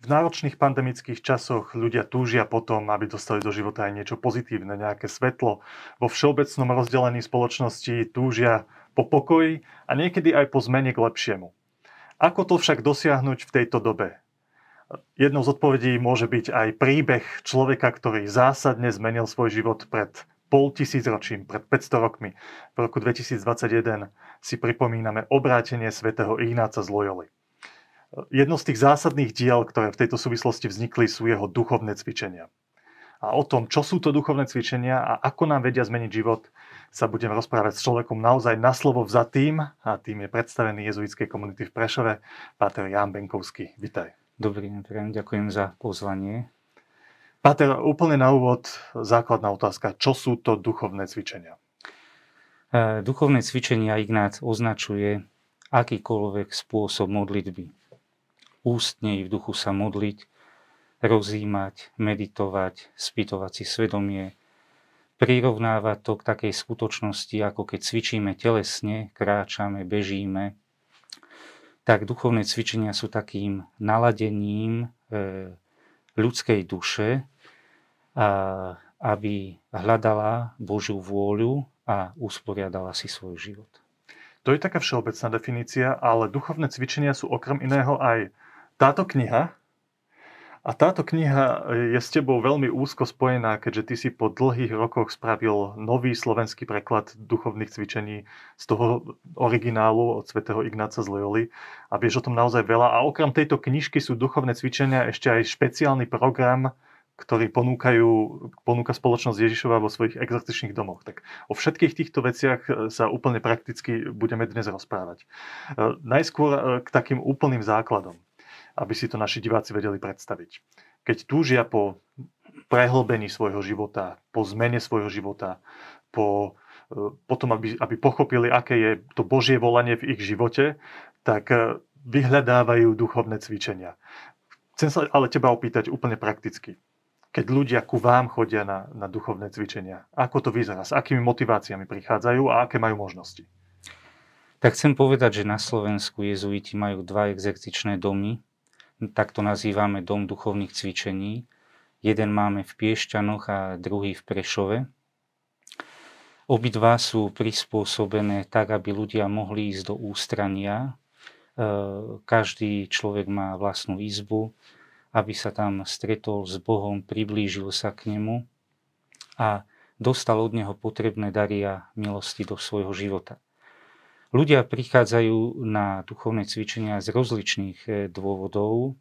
V náročných pandemických časoch ľudia túžia potom, aby dostali do života aj niečo pozitívne, nejaké svetlo. Vo všeobecnom rozdelení spoločnosti túžia po pokoji a niekedy aj po zmene k lepšiemu. Ako to však dosiahnuť v tejto dobe? Jednou z odpovedí môže byť aj príbeh človeka, ktorý zásadne zmenil svoj život pred poltisícročím, pred 500 rokmi. V roku 2021 si pripomíname obrátenie svätého Ignáca z Loyoly. Jedno z tých zásadných diel, ktoré v tejto súvislosti vznikli, sú jeho duchovné cvičenia. A o tom, čo sú to duchovné cvičenia a ako nám vedia zmeniť život, sa budem rozprávať s človekom naozaj na slovo vzatým, a tým je predstavený jezuitskej komunity v Prešove, páter Ján Benkovský. Vitaj. Dobrý deň, ďakujem za pozvanie. Páter, úplne na úvod základná otázka. Čo sú to duchovné cvičenia? Duchovné cvičenia Ignác označuje akýkoľvek spôsob modlitby. Ústne i v duchu sa modliť, rozjímať, meditovať, spýtovať si svedomie, prirovnávať to k takej skutočnosti, ako keď cvičíme telesne, kráčame, bežíme. Tak duchovné cvičenia sú takým naladením ľudskej duše, aby hľadala Božiu vôľu a usporiadala si svoj život. To je taká všeobecná definícia, ale duchovné cvičenia sú okrem iného aj táto kniha. A táto kniha je s tebou veľmi úzko spojená, keďže ty si po dlhých rokoch spravil nový slovenský preklad duchovných cvičení z toho originálu od svätého Ignáca z Loyoly. A vieš o tom naozaj veľa. A okrem tejto knižky sú duchovné cvičenia ešte aj špeciálny program, ktorý ponúka spoločnosť Ježišova vo svojich exercičných domoch. Tak o všetkých týchto veciach sa úplne prakticky budeme dnes rozprávať. Najskôr k takým úplným základom, aby si to naši diváci vedeli predstaviť. Keď túžia po prehlbení svojho života, po zmene svojho života, po tom, aby pochopili, aké je to Božie volanie v ich živote, tak vyhľadávajú duchovné cvičenia. Chcem sa ale teba opýtať úplne prakticky. Keď ľudia ku vám chodia na duchovné cvičenia, ako to vyzerá? S akými motiváciami prichádzajú a aké majú možnosti? Tak chcem povedať, že na Slovensku jezuiti majú 2 exercičné domy. Tak to nazývame dom duchovných cvičení. Jeden máme v Piešťanoch a druhý v Prešove. Obidva sú prispôsobené tak, aby ľudia mohli ísť do ústrania. Každý človek má vlastnú izbu, aby sa tam stretol s Bohom, priblížil sa k nemu a dostal od neho potrebné dary a milosti do svojho života. Ľudia prichádzajú na duchovné cvičenia z rozličných dôvodov.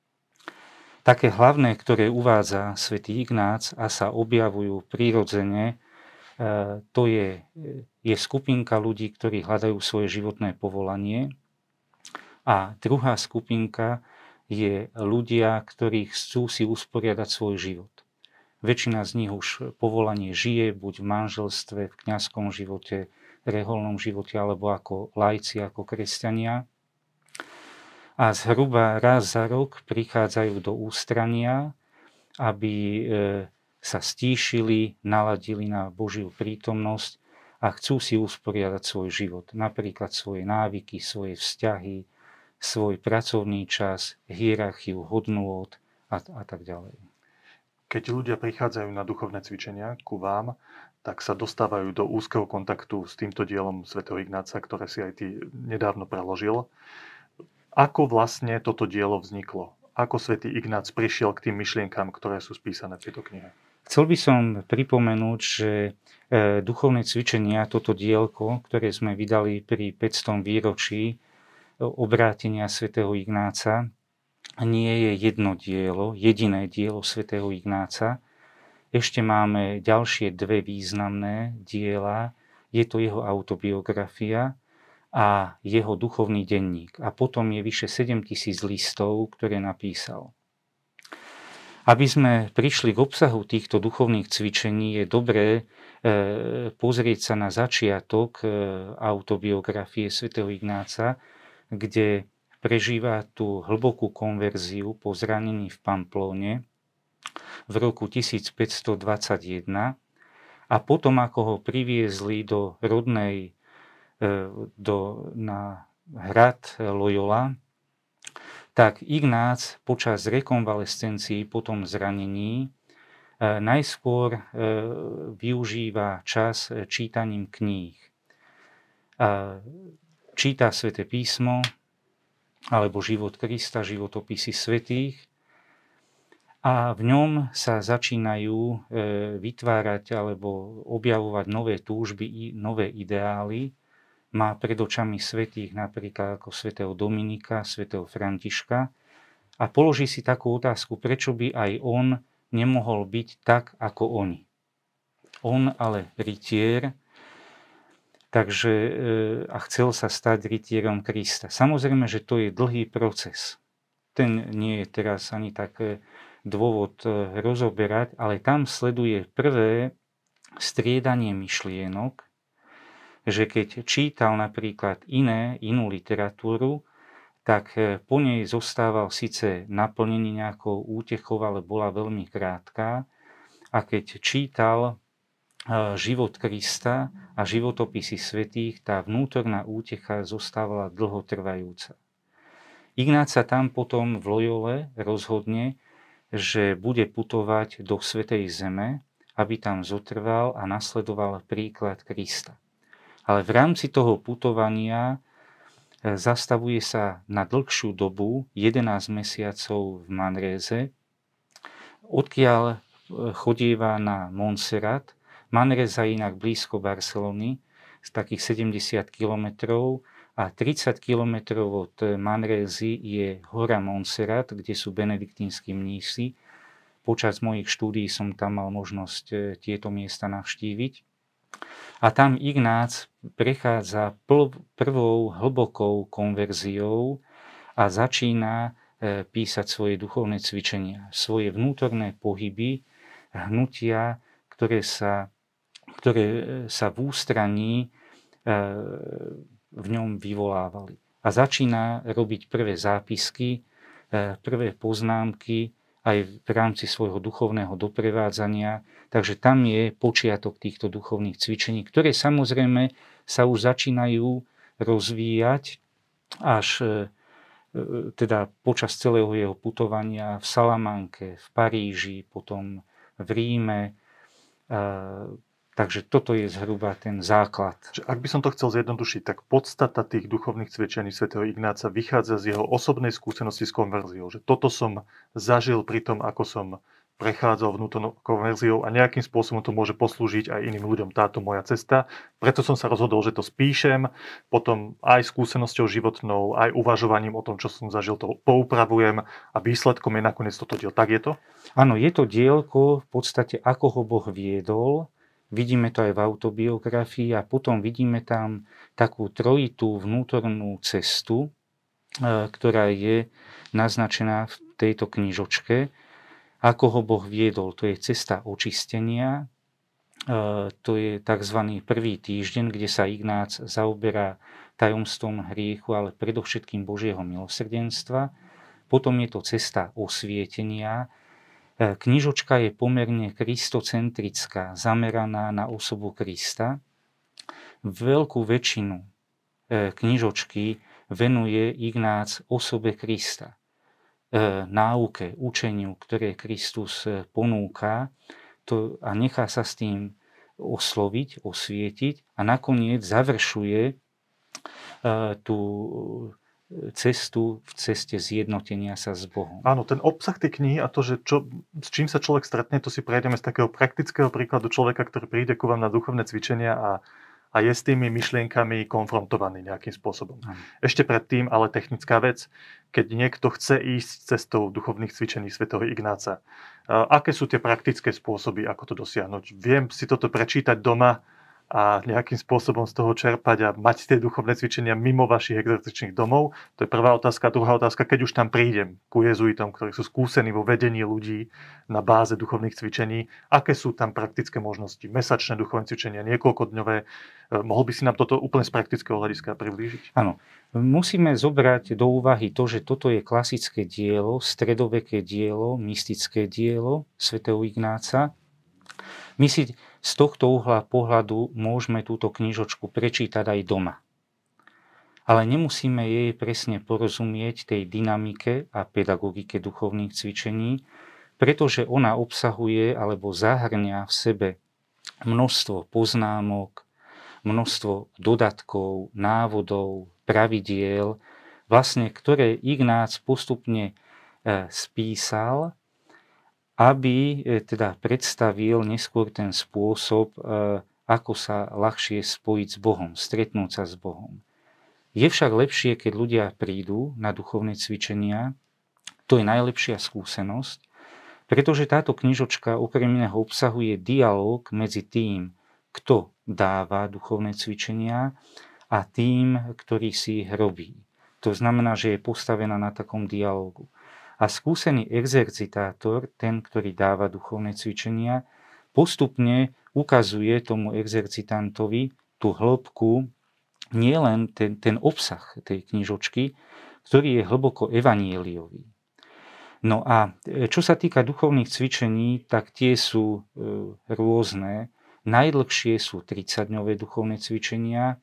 Také hlavné, ktoré uvádza svätý Ignác a sa objavujú prirodzene, to je skupinka ľudí, ktorí hľadajú svoje životné povolanie. A druhá skupinka je ľudia, ktorí chcú si usporiadať svoj život. Väčšina z nich už povolanie žije, buď v manželstve, v kňazskom živote, reholnom živote, alebo ako laici, ako kresťania. A zhruba raz za rok prichádzajú do ústrania, aby sa stíšili, naladili na Božiu prítomnosť a chcú si usporiadať svoj život. Napríklad svoje návyky, svoje vzťahy, svoj pracovný čas, hierarchiu hodnôt a tak ďalej. Keď ľudia prichádzajú na duchovné cvičenia ku vám, tak sa dostávajú do úzkeho kontaktu s týmto dielom svätého Ignáca, ktoré si aj ty nedávno preložil. Ako vlastne toto dielo vzniklo? Ako svätý Ignác prišiel k tým myšlienkám, ktoré sú spísané v tejto knihe? Chcel by som pripomenúť, že duchovné cvičenia, toto dielko, ktoré sme vydali pri 500. výročí obrátenia svätého Ignáca, nie je jedno dielo, jediné dielo svätého Ignáca. Ešte máme ďalšie 2 významné diela. Je to jeho autobiografia a jeho duchovný denník. A potom je vyše 7000 listov, ktoré napísal. Aby sme prišli k obsahu týchto duchovných cvičení, je dobré pozrieť sa na začiatok autobiografie svätého Ignáca, kde prežíva tú hlbokú konverziu po zranení v Pamplóne v roku 1521 a potom, ako ho priviezli do na hrad Loyola, tak Ignác počas rekonvalescencií po tom zranení najskôr využíva čas čítaním kníh. Číta Sväté písmo, alebo život Krista, životopisy svätých, a v ňom sa začínajú vytvárať alebo objavovať nové túžby, nové ideály. Má pred očami svätých napríklad ako svätého Dominika, svätého Františka a položí si takú otázku, prečo by aj on nemohol byť tak ako oni. On ale rytier, takže a chcel sa stať rytierom Krista. Samozrejme, že to je dlhý proces. Ten nie je teraz ani tak dôvod rozoberať, ale tam sleduje prvé striedanie myšlienok, že keď čítal napríklad inú literatúru, tak po nej zostával síce naplnený nejakou útechou, ale bola veľmi krátka. A keď čítal život Krista a životopisy svätých, tá vnútorná útecha zostávala dlhotrvajúca. Ignác sa tam potom v Loyole rozhodne, že bude putovať do Svätej Zeme, aby tam zotrval a nasledoval príklad Krista. Ale v rámci toho putovania zastavuje sa na dlhšiu dobu, 11 mesiacov v Manréze, odkiaľ chodieva na Montserrat. Manréza je inak blízko Barcelony, z takých 70 kilometrov, a 30 kilometrov od Manrézy je hora Montserrat, kde sú benediktínsky mnísi. Počas mojich štúdií som tam mal možnosť tieto miesta navštíviť. A tam Ignác prechádza prvou hlbokou konverziou a začína písať svoje duchovné cvičenia, svoje vnútorné pohyby, hnutia, ktoré sa v ústraní v ňom vyvolávali. A začína robiť prvé zápisky, prvé poznámky aj v rámci svojho duchovného doprevádzania. Takže tam je počiatok týchto duchovných cvičení, ktoré samozrejme sa už začínajú rozvíjať až teda počas celého jeho putovania v Salamanke, v Paríži, potom v Ríme. Takže toto je zhruba ten základ. Ak by som to chcel zjednodušiť, tak podstata tých duchovných cvičení svätého Ignáca vychádza z jeho osobnej skúsenosti s konverziou. Že toto som zažil pri tom, ako som prechádzal vnútornou konverziou a nejakým spôsobom to môže poslúžiť aj iným ľuďom, táto moja cesta. Preto som sa rozhodol, že to spíšem, potom aj skúsenosťou životnou, aj uvažovaním o tom, čo som zažil, to poupravujem a výsledkom je nakoniec toto dielo. Tak je to? Áno, je to dielko v podstate, ako ho Boh viedol. Vidíme to aj v autobiografii a potom vidíme tam takú trojitú vnútornú cestu, ktorá je naznačená v tejto knižočke. Ako ho Boh viedol, to je cesta očistenia, to je tzv. Prvý týždeň, kde sa Ignác zaoberá tajomstvom hriechu, ale predovšetkým Božieho milosrdenstva. Potom je to cesta osvietenia. Knižočka je pomerne kristocentrická, zameraná na osobu Krista. Veľkú väčšinu knižočky venuje Ignác osobe Krista, náuke, učeniu, ktoré Kristus ponúka a nechá sa s tým osloviť, osvietiť a nakoniec završuje tú cestu v ceste zjednotenia sa s Bohom. Áno, ten obsah tej knihy a to, že s čím sa človek stretne, to si prejdeme z takého praktického príkladu človeka, ktorý príde ku vám na duchovné cvičenia a je s tými myšlienkami konfrontovaný nejakým spôsobom. Ešte predtým, ale technická vec, keď niekto chce ísť cestou duchovných cvičení svätého Ignáca, aké sú tie praktické spôsoby, ako to dosiahnuť? Viem si toto prečítať doma a nejakým spôsobom z toho čerpať a mať tie duchovné cvičenia mimo vašich exercičných domov? To je prvá otázka. Druhá otázka, keď už tam prídem ku jezuitom, ktorí sú skúsení vo vedení ľudí na báze duchovných cvičení, aké sú tam praktické možnosti? Mesačné duchovné cvičenia, niekoľkodňové. Mohol by si nám toto úplne z praktického hľadiska priblížiť? Áno. Musíme zobrať do úvahy to, že toto je klasické dielo, stredoveké dielo, mystické dielo svätého Ignáca. My si z tohto uhla pohľadu môžeme túto knižočku prečítať aj doma. ale nemusíme jej presne porozumieť tej dynamike a pedagogike duchovných cvičení, pretože ona obsahuje alebo zahrňa v sebe množstvo poznámok, množstvo dodatkov, návodov, pravidiel, vlastne ktoré Ignác postupne spísal, aby teda predstavil neskôr ten spôsob, ako sa ľahšie spojiť s Bohom, stretnúť sa s Bohom. Je však lepšie, keď ľudia prídu na duchovné cvičenia, to je najlepšia skúsenosť, pretože táto knižočka okrem iného obsahuje dialóg medzi tým, kto dáva duchovné cvičenia a tým, ktorý si ich robí. To znamená, že je postavená na takom dialógu. A skúsený exercitátor, ten, ktorý dáva duchovné cvičenia, postupne ukazuje tomu exercitantovi tú hĺbku, nielen ten obsah tej knižočky, ktorý je hlboko evanjeliový. No a čo sa týka duchovných cvičení, tak tie sú rôzne. Najdlhšie sú 30-dňové duchovné cvičenia.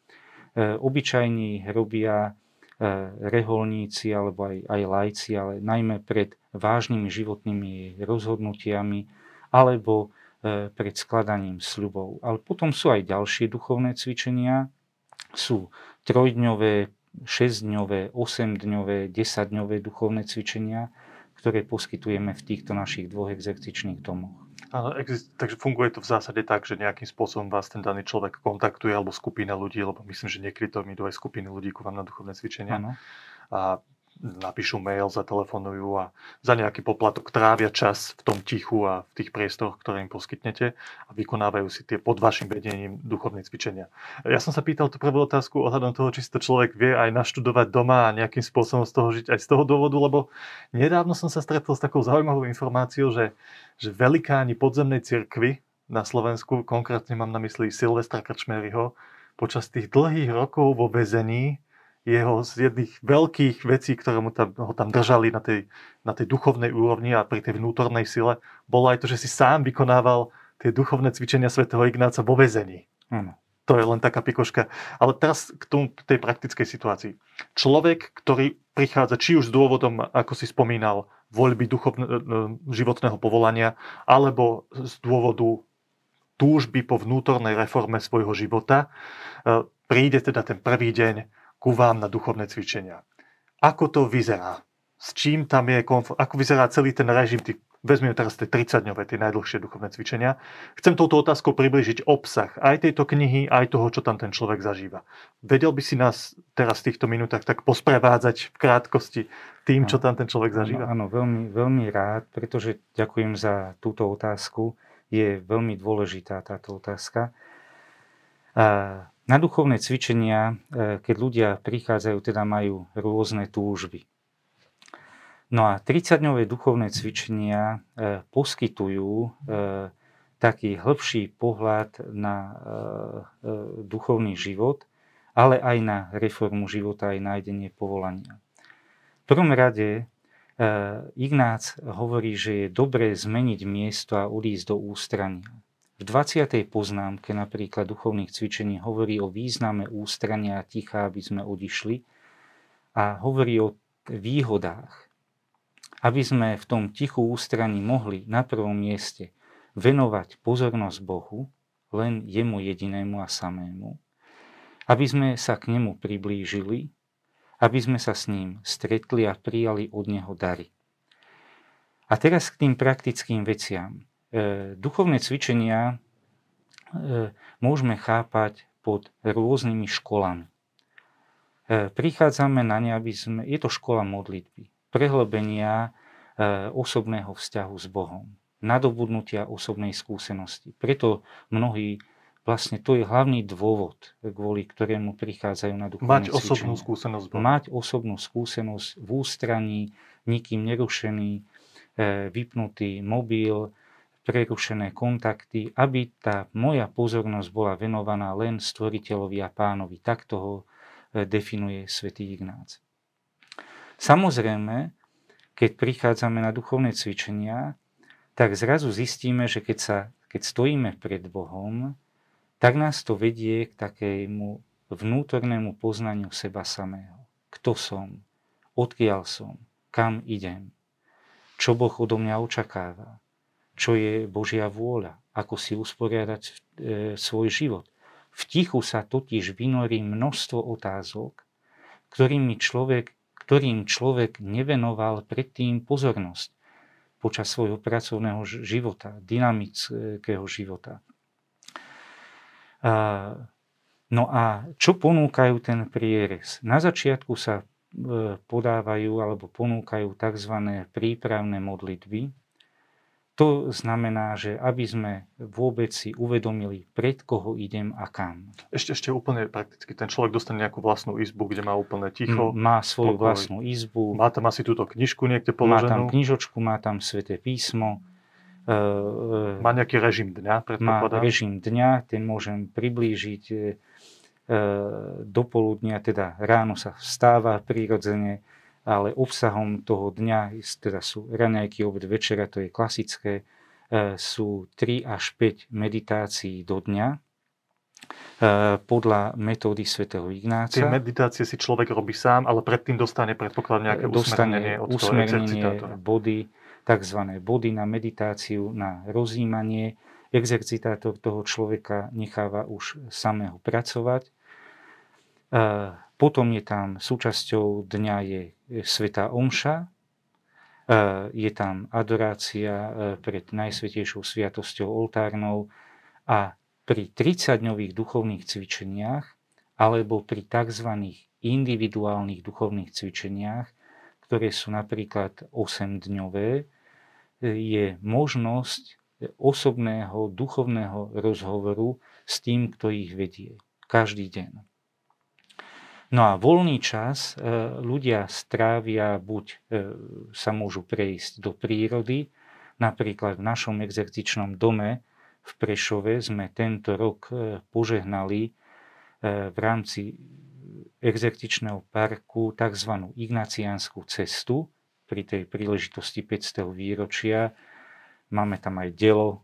Obyčajní robia reholníci alebo aj laici, ale najmä pred vážnymi životnými rozhodnutiami alebo pred skladaním sľubov. Ale potom sú aj ďalšie duchovné cvičenia. Sú 3-dňové, 6-dňové, 8-dňové, 10-dňové duchovné cvičenia, ktoré poskytujeme v týchto našich 2 exercičných domoch. Áno, takže funguje to v zásade tak, že nejakým spôsobom vás ten daný človek kontaktuje alebo skupina ľudí, lebo myslím, že niekedy to idú aj skupiny ľudí ku vám na duchovné cvičenia. Áno. A napíšu mail, zatelefonujú a za nejaký poplatok trávia čas v tom tichu a v tých priestoroch, ktoré im poskytnete a vykonávajú si tie pod vašim vedením duchovné cvičenia. Ja som sa pýtal tú prvú otázku ohľadom toho, či si to človek vie aj naštudovať doma a nejakým spôsobom z toho žiť aj z toho dôvodu, lebo nedávno som sa stretol s takou zaujímavou informáciou, že velikáni podzemnej cirkvi na Slovensku, konkrétne mám na mysli Silvestra Krčmeryho, počas tých dlhých rokov vo väzení jeho z jedných veľkých vecí, ktoré ho tam držali na tej duchovnej úrovni a pri tej vnútornej sile, bolo aj to, že si sám vykonával tie duchovné cvičenia svätého Ignáca vo väzení. To je len taká pikoška. Ale teraz k tej praktickej situácii. Človek, ktorý prichádza či už s dôvodom, ako si spomínal, voľby životného povolania, alebo z dôvodu túžby po vnútornej reforme svojho života, príde teda ten prvý deň ku vám na duchovné cvičenia. Ako to vyzerá? S čím tam je ako vyzerá celý ten režim? Vezmeme teraz tie 30-dňové, tie najdlhšie duchovné cvičenia. Chcem touto otázkou približiť obsah aj tejto knihy, aj toho, čo tam ten človek zažíva. Vedel by si nás teraz v týchto minútach tak posprevádzať v krátkosti tým, čo tam ten človek zažíva? Áno, veľmi, veľmi rád, pretože ďakujem za túto otázku. Je veľmi dôležitá táto otázka. Na duchovné cvičenia, keď ľudia prichádzajú, teda majú rôzne túžby. No a 30-dňové duchovné cvičenia poskytujú taký hĺbší pohľad na duchovný život, ale aj na reformu života, aj nájdenie povolania. V prvom rade Ignác hovorí, že je dobré zmeniť miesto a odísť do ústrania. V 20. poznámke napríklad duchovných cvičení hovorí o význame ústrania a ticha, aby sme odišli, a hovorí o výhodách. Aby sme v tom tichu ústraní mohli na prvom mieste venovať pozornosť Bohu, len jemu jedinému a samému, aby sme sa k nemu priblížili, aby sme sa s ním stretli a prijali od neho dary. A teraz k tým praktickým veciam. Duchovné cvičenia môžeme chápať pod rôznymi školami. Prichádzame na ne, je to škola modlitby, prehlbenia osobného vzťahu s Bohom, nadobudnutia osobnej skúsenosti. Preto mnohí, vlastne to je hlavný dôvod, kvôli ktorému prichádzajú na duchovné cvičenia. Mať osobnú skúsenosť s Bohom. Mať osobnú skúsenosť v ústraní, nikým nerušený, vypnutý mobil, prerušené kontakty, aby tá moja pozornosť bola venovaná len Stvoriteľovi a Pánovi. Takto ho definuje svätý Ignác. Samozrejme, keď prichádzame na duchovné cvičenia, tak zrazu zistíme, že keď stojíme pred Bohom, tak nás to vedie k takému vnútornému poznaniu seba samého. Kto som? Odkiaľ som? Kam idem? Čo Boh odo mňa očakáva? Čo je Božia vôľa? Ako si usporiadať svoj život? V tichu sa totiž vynorí množstvo otázok, ktorým človek nevenoval predtým pozornosť počas svojho pracovného života, dynamického života. No a čo ponúkajú ten prierez? Na začiatku sa podávajú alebo ponúkajú tzv. Prípravné modlitby. To znamená, že aby sme vôbec si uvedomili, pred koho idem a kam. Ešte úplne prakticky, ten človek dostane nejakú vlastnú izbu, kde má úplne ticho. Má svoju vlastnú izbu. Má tam asi túto knižku niekde Má položenú. tam knižočku, má tam Sväté písmo. Má nejaký režim dňa, predpokladám. Má režim dňa, ten môžem priblížiť do poludnia, teda ráno sa vstáva prirodzene, ale obsahom toho dňa teda sú raňajky, obed, večera, to je klasické, sú 3 až 5 meditácií do dňa podľa metódy svätého Ignáca. Tie meditácie si človek robí sám, ale predtým dostane, predpokladám, nejaké usmernenie od toho exercitátora. Body, takzvané body na meditáciu, na rozjímanie. Exercitátor toho človeka necháva už samého pracovať. Potom je tam súčasťou dňa je svätá omša, je tam adorácia pred najsvätejšou sviatosťou oltárnou a pri 30-dňových duchovných cvičeniach alebo pri tzv. Individuálnych duchovných cvičeniach, ktoré sú napríklad 8-dňové, je možnosť osobného duchovného rozhovoru s tým, kto ich vedie. Každý deň. No a voľný čas ľudia strávia, buď sa môžu prejsť do prírody, napríklad v našom exercičnom dome v Prešove sme tento rok požehnali v rámci exercičného parku tzv. Ignaciánsku cestu pri tej príležitosti 500. výročia. Máme tam aj dielo,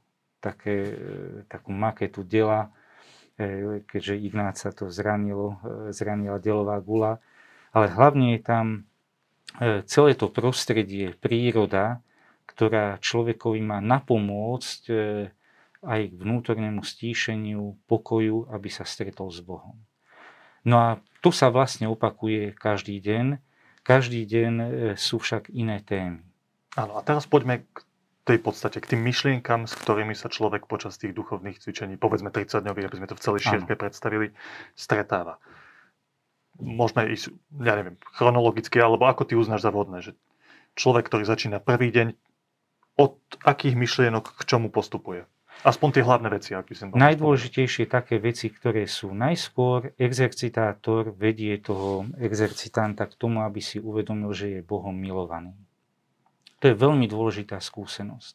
takú maketu diela, keďže Ignáca to zranila delová guľa. Ale hlavne je tam celé to prostredie, príroda, ktorá človekovi má napomôcť aj k vnútornému stíšeniu, pokoju, aby sa stretol s Bohom. No a to sa vlastne opakuje každý deň. Každý deň sú však iné témy. Áno, a teraz poďme k tej podstate, k tým myšlienkam, s ktorými sa človek počas tých duchovných cvičení, povedzme 30-dňových, aby sme to v celej šírke predstavili, stretáva. Môžeme ísť, ja neviem, chronologicky, alebo ako ty uznáš za vhodné, že človek, ktorý začína prvý deň, od akých myšlienok k čomu postupuje? Aspoň tie hlavné veci, ak by som bol. Najdôležitejšie také veci, ktoré sú najskôr, exercitátor vedie toho exercitanta k tomu, aby si uvedomil, že je Bohom milovaný. To je veľmi dôležitá skúsenosť.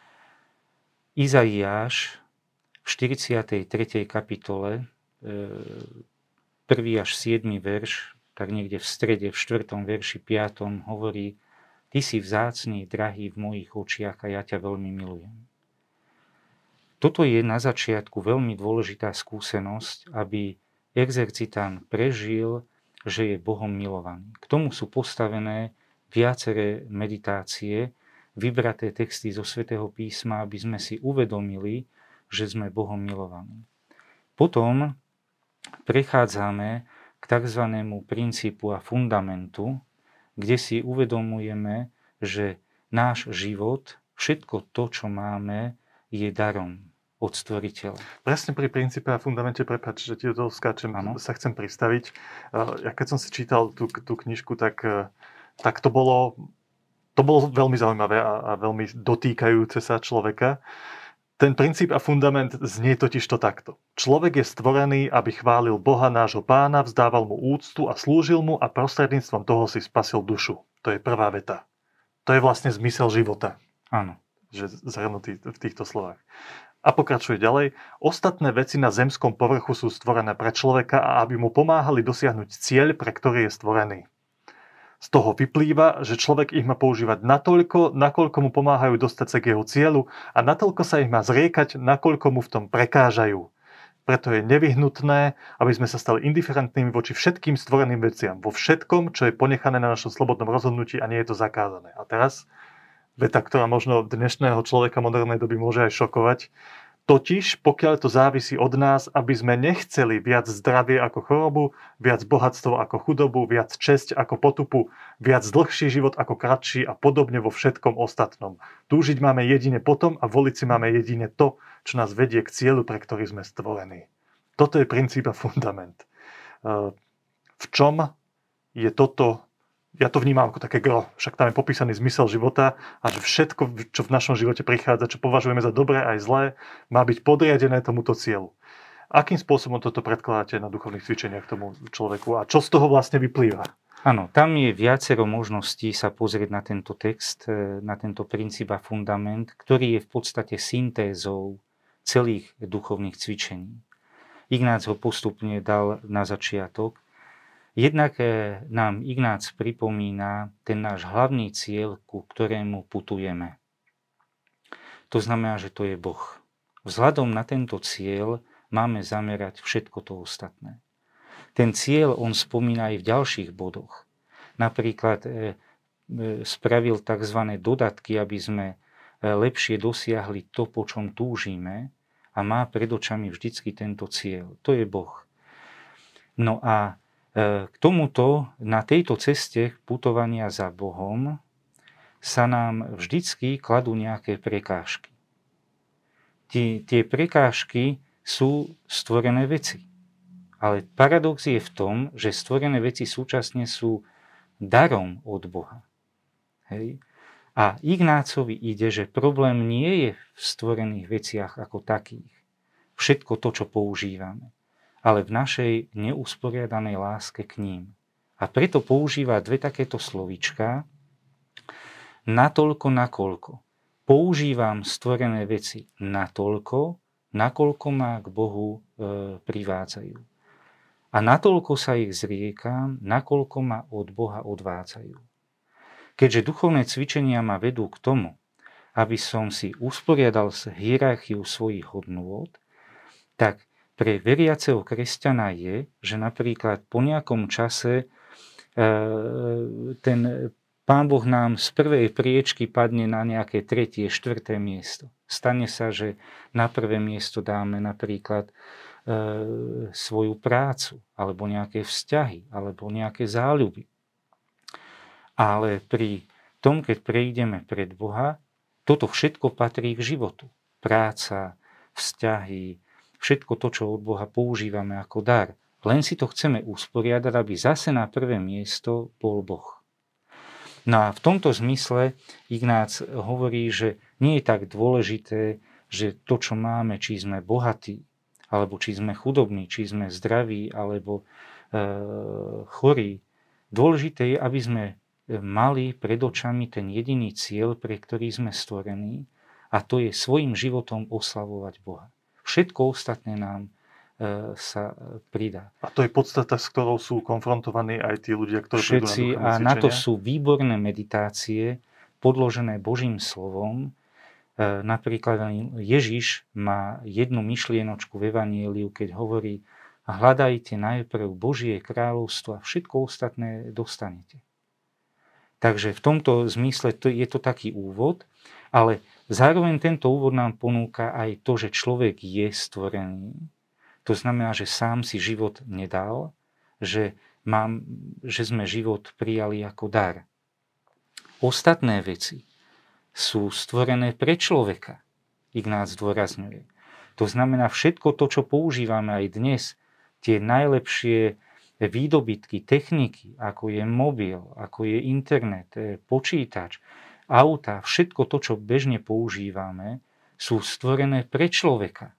Izaiáš v 43. kapitole, 1. až 7. verš, tak niekde v strede, v 4. verši 5. hovorí: Ty si vzácny, drahý v mojich očiach a ja ťa veľmi milujem. Toto je na začiatku veľmi dôležitá skúsenosť, aby exercitant prežil, že je Bohom milovaný. K tomu sú postavené viaceré meditácie, vybraté texty zo Svätého písma, aby sme si uvedomili, že sme Bohom milovaní. Potom prechádzame k tzv. Princípu a fundamentu, kde si uvedomujeme, že náš život, všetko to, čo máme, je darom od Stvoriteľa. Presne pri princípe a fundamente, prepáč, že ti do toho skáčem, sa chcem pristaviť. Ja keď som si čítal tú knižku, tak to bolo veľmi zaujímavé a veľmi dotýkajúce sa človeka. Ten princíp a fundament znie totiž to takto. Človek je stvorený, aby chválil Boha, nášho Pána, vzdával mu úctu a slúžil mu a prostredníctvom toho si spasil dušu. To je prvá veta. To je vlastne zmysel života. Áno. Že zhrnutý v týchto slovách. A pokračuje ďalej. Ostatné veci na zemskom povrchu sú stvorené pre človeka a aby mu pomáhali dosiahnuť cieľ, pre ktorý je stvorený. Z toho vyplýva, že človek ich má používať natoľko, nakoľko mu pomáhajú dostať sa k jeho cieľu a natoľko sa ich má zriekať, nakoľko mu v tom prekážajú. preto je nevyhnutné, aby sme sa stali indiferentnými voči všetkým stvoreným veciam. Vo všetkom, čo je ponechané na našom slobodnom rozhodnutí a nie je to zakázané. A teraz veta, ktorá možno dnešného človeka modernej doby môže aj šokovať. Totiž, pokiaľ to závisí od nás, aby sme nechceli viac zdravie ako chorobu, viac bohatstvo ako chudobu, viac česť ako potupu, viac dlhší život ako kratší a podobne vo všetkom ostatnom. Túžiť máme jedine potom a voliť si máme jedine to, čo nás vedie k cieľu, pre ktorý sme stvorení. Toto je princíp a fundament. V čom je toto? Ja to vnímam ako také gro, však tam je popísaný zmysel života a že všetko, čo v našom živote prichádza, čo považujeme za dobré aj zlé, má byť podriadené tomuto cieľu. Akým spôsobom toto predkladáte na duchovných cvičeniach tomu človeku a čo z toho vlastne vyplýva? Áno, tam je viacero možností sa pozrieť na tento text, na tento princíp a fundament, ktorý je v podstate syntézou celých duchovných cvičení. Ignác ho postupne dal na začiatok. Jednak nám Ignác pripomína ten náš hlavný cieľ, ku ktorému putujeme. To znamená, že to je Boh. Vzhľadom na tento cieľ máme zamerať všetko to ostatné. Ten cieľ on spomína aj v ďalších bodoch. Napríklad spravil tzv. Dodatky, aby sme lepšie dosiahli to, po čom túžime, a má pred očami vždycky tento cieľ. To je Boh. No a k tomuto, na tejto ceste putovania za Bohom sa nám vždycky kladú nejaké prekážky. Tie prekážky sú stvorené veci. Ale paradox je v tom, že stvorené veci súčasne sú darom od Boha. Hej? A Ignácovi ide, že problém nie je v stvorených veciach ako takých. Všetko to, čo používame, ale v našej neusporiadanej láske k ním. A preto používa dve takéto slovíčka, natoľko, nakoľko. Používam stvorené veci natoľko, nakoľko ma k Bohu privádzajú. A natoľko sa ich zriekam, nakoľko ma od Boha odvádzajú. Keďže duchovné cvičenia ma vedú k tomu, aby som si usporiadal hierarchiu svojich hodnôt, tak pre veriaceho kresťana je, že napríklad po nejakom čase ten Pán Boh nám z prvej priečky padne na nejaké 3., 4. miesto. Stane sa, že na prvé miesto dáme napríklad svoju prácu, alebo nejaké vzťahy, alebo nejaké záľuby. Ale pri tom, keď prejdeme pred Boha, toto všetko patrí k životu. Práca, vzťahy, všetko to, čo od Boha používame ako dar. Len si to chceme usporiadať, aby zase na prvé miesto bol Boh. No a v tomto zmysle Ignác hovorí, že nie je tak dôležité, že to, čo máme, či sme bohatí, alebo či sme chudobní, či sme zdraví, alebo chorí. Dôležité je, aby sme mali pred očami ten jediný cieľ, pre ktorý sme stvorení, a to je svojim životom oslavovať Boha. Všetko ostatné nám sa pridá. A to je podstata, s ktorou sú konfrontovaní aj tí ľudia, ktorí prídu na duchovné cvičenia? A na to sú výborné meditácie, podložené Božím slovom. Napríklad Ježiš má jednu myšlienočku v Evanjeliu, keď hovorí: hľadajte najprv Božie kráľovstvo a všetko ostatné dostanete. Takže v tomto zmysle je to taký úvod, ale zároveň tento úvod nám ponúka aj to, že človek je stvorený. To znamená, že sám si život nedal, že sme život prijali ako dar. Ostatné veci sú stvorené pre človeka, Ignác zdôrazňuje. To znamená, všetko to, čo používame aj dnes, tie najlepšie výdobytky, techniky, ako je mobil, ako je internet, počítač, auta, všetko to, čo bežne používame, sú stvorené pre človeka,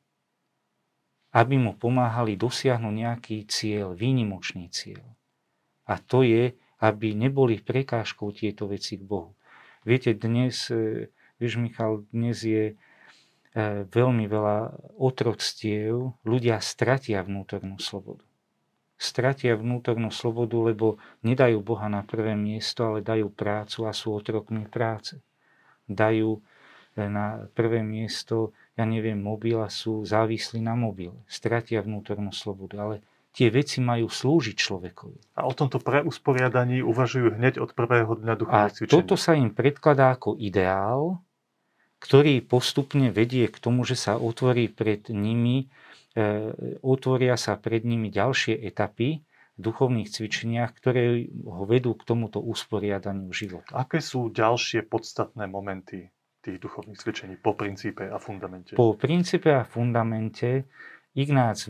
aby mu pomáhali dosiahnuť nejaký cieľ, výnimočný cieľ. A to je, aby neboli prekážkou tieto veci k Bohu. Viete, dnes, Michal, dnes je veľmi veľa otroctiev, ľudia stratia vnútornú slobodu. Stratia vnútornú slobodu, lebo nedajú Boha na prvé miesto, ale dajú prácu a sú otrokmi práce. Dajú na prvé miesto mobil a sú závislí na mobile. Stratia vnútornú slobodu, ale tie veci majú slúžiť človekovi. A o tomto preusporiadaní uvažujú hneď od prvého dňa A duchovných cvičení. toto sa im predkladá ako ideál, ktorý postupne vedie k tomu, že sa otvoria sa pred nimi ďalšie etapy v duchovných cvičeniach, ktoré ho vedú k tomuto usporiadaniu života. Aké sú ďalšie podstatné momenty tých duchovných cvičení po princípe a fundamente? Po princípe a fundamente Ignác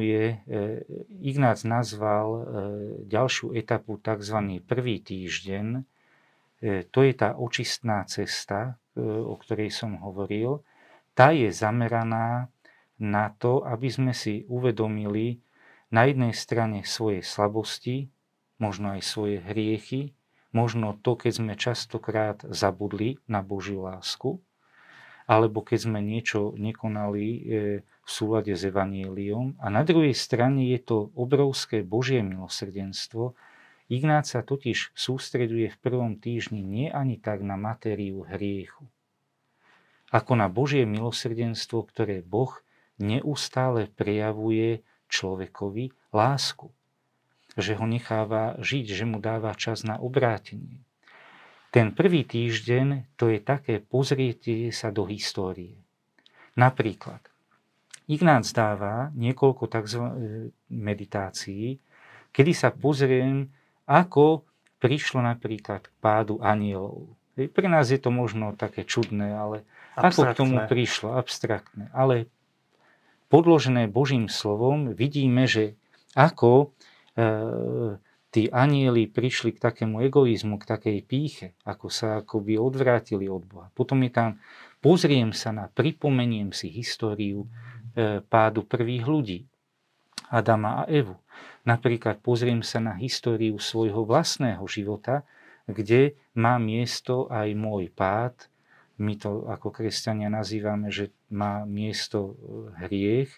nazval ďalšiu etapu tzv. Prvý týždeň. To je tá očistná cesta, o ktorej som hovoril. Tá je zameraná na to, aby sme si uvedomili na jednej strane svoje slabosti, možno aj svoje hriechy, možno to, keď sme častokrát zabudli na Božiu lásku, alebo keď sme niečo nekonali v súlade s evanjeliom. A na druhej strane je to obrovské Božie milosrdenstvo. Ignác sa totiž sústreďuje v prvom týždni nie ani tak na matériu hriechu, ako na Božie milosrdenstvo, ktoré Boh neustále prejavuje človekovi lásku. Že ho necháva žiť, že mu dáva čas na obrátenie. Ten prvý týždeň to je také pozrietie sa do histórie. Napríklad, Ignác dáva niekoľko meditácií, kedy sa pozriem, ako prišlo napríklad k pádu anielov. Pre nás je to možno také čudné, ale ako k tomu prišlo, abstraktné. Ale podložené Božím slovom vidíme, že ako tí anieli prišli k takému egoizmu, k takej pýche, ako sa akoby odvrátili od Boha. Potom je tam, pripomeniem si históriu pádu prvých ľudí, Adama a Evu. Napríklad pozriem sa na históriu svojho vlastného života, kde má miesto aj môj pád. My to ako kresťania nazývame, že má miesto hriech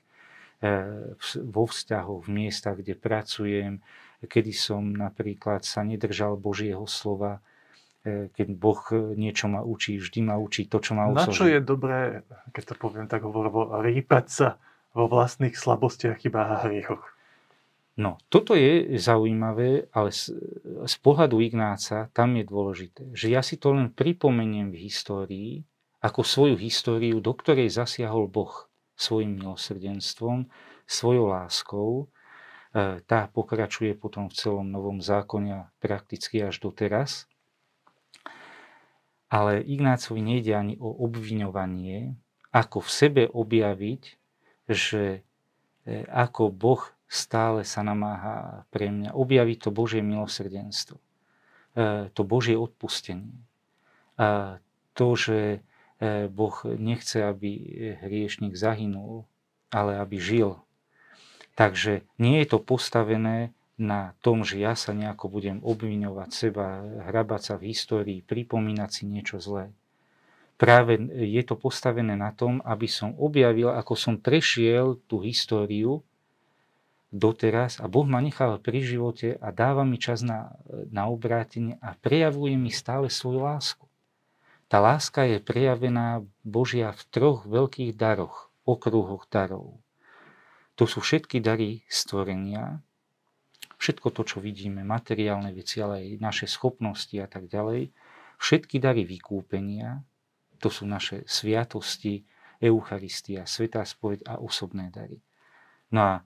vo vzťahoch, v miestach, kde pracujem, kedy som napríklad sa nedržal Božieho slova, keď Boh niečo ma učí, vždy ma učí to, čo ma Na čo je dobré, keď to poviem tak hovorovo, rýpať sa vo vlastných slabostiach, chybách a hriechoch? No, toto je zaujímavé, ale z pohľadu Ignáca tam je dôležité, že ja si to len pripomeniem v histórii, ako svoju históriu, do ktorej zasiahol Boh svojim milosrdenstvom, svojou láskou. Tá pokračuje potom v celom Novom zákone prakticky až doteraz. Ale Ignácovi nejde ani o obviňovanie, ako v sebe objaviť, že ako Boh stále sa namáha pre mňa objaviť to Božie milosrdenstvo, to Božie odpustenie. To, že Boh nechce, aby hriešnik zahynul, ale aby žil. Takže nie je to postavené na tom, že ja sa nejako budem obviňovať seba, hrabať sa v histórii, pripomínať si niečo zlé. Práve je to postavené na tom, aby som objavil, ako som prešiel tú históriu doteraz a Boh ma nechal pri živote a dáva mi čas na obrátenie a prejavuje mi stále svoju lásku. Tá láska je prejavená Božia v 3 veľkých daroch, okruhoch darov. To sú všetky dary stvorenia, všetko to, čo vidíme, materiálne veci, ale aj naše schopnosti a tak ďalej, všetky dary vykúpenia, to sú naše sviatosti, Eucharistia, svätá spoveď a osobné dary. No a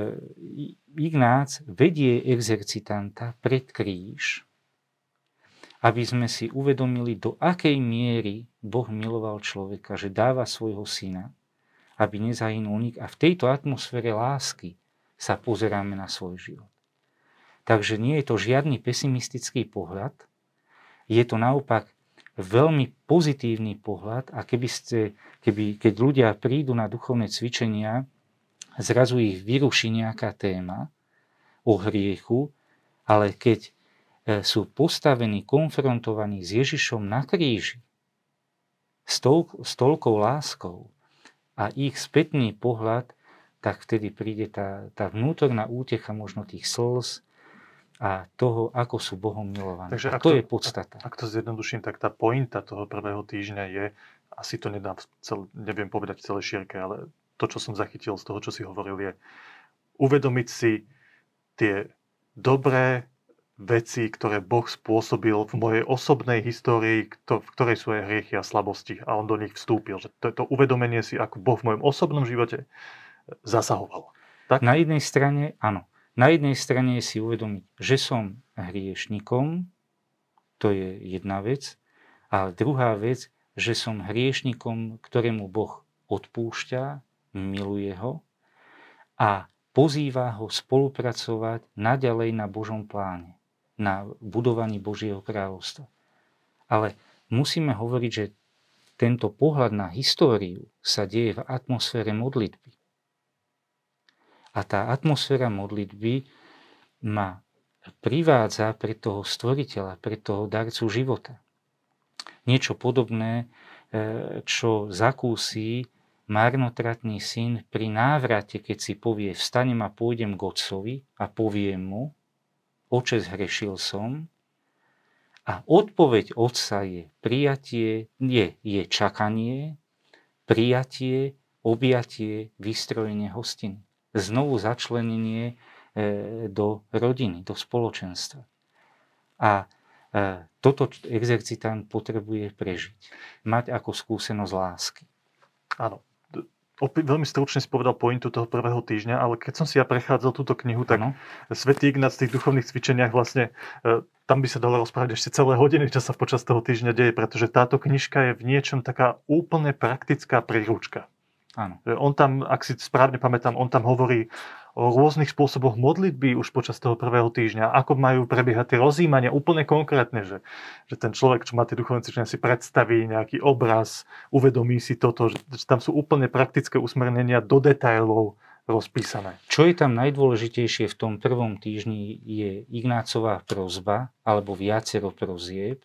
Ignác vedie exercitanta pred kríž, aby sme si uvedomili, do akej miery Boh miloval človeka, že dáva svojho syna, aby nezahynul nik. A v tejto atmosfére lásky sa pozeráme na svoj život. Takže nie je to žiadny pesimistický pohľad, je to naopak veľmi pozitívny pohľad a keď ľudia prídu na duchovné cvičenia, zrazu ich vyruší nejaká téma o hriechu, ale keď sú postavení, konfrontovaní s Ježišom na kríži, s toľkou láskou a ich spätný pohľad, tak vtedy príde tá vnútorná útecha možno tých slz a toho, ako sú Bohom milovaní. Takže a to je podstata. Ak to zjednoduším, tak tá pointa toho prvého týždňa je, asi to neviem povedať v celej šírke, ale to, čo som zachytil z toho, čo si hovoril, je uvedomiť si tie dobré veci, ktoré Boh spôsobil v mojej osobnej histórii, v ktorej sú aj hriechy a slabosti a on do nich vstúpil. Že to uvedomenie si, ako Boh v mojom osobnom živote zasahoval. Tak? Na jednej strane, áno. Na jednej strane si uvedomiť, že som hriešnikom, to je jedna vec. A druhá vec, že som hriešnikom, ktorému Boh odpúšťa, miluje ho a pozýva ho spolupracovať naďalej na Božom pláne, na budovaní Božieho kráľovstva. Ale musíme hovoriť, že tento pohľad na históriu sa deje v atmosfére modlitby. A tá atmosféra modlitby ma privádza pre toho stvoriteľa, pre toho darcu života. Niečo podobné, čo zakúsi marnotratný syn pri návrate, keď si povie, vstanem a pôjdem k otcovi a poviem mu, oče, zhrešil som. A odpoveď otca je prijatie, je čakanie, prijatie, objatie, vystrojenie hostiny. Znovu začlenenie do rodiny, do spoločenstva. A toto exercitant potrebuje prežiť. Mať ako skúsenosť lásky. Áno. Veľmi stručne si povedal pointu toho prvého týždňa, ale keď som si ja prechádzal túto knihu, tak Svätý Ignác v tých duchovných cvičeniach vlastne, tam by sa dalo rozprávať ešte celé hodiny, čo sa počas toho týždňa deje, pretože táto knižka je v niečom taká úplne praktická príručka. Áno. On tam, ak si správne pamätám, on tam hovorí o rôznych spôsoboch modlitby už počas toho prvého týždňa, ako majú prebiehať tie rozjímania úplne konkrétne, že ten človek, čo má tie duchovné cvičenia, si predstaví nejaký obraz, uvedomí si toto, že tam sú úplne praktické usmernenia do detailov rozpísané. Čo je tam najdôležitejšie v tom prvom týždni je Ignácová prosba, alebo viacero prosieb.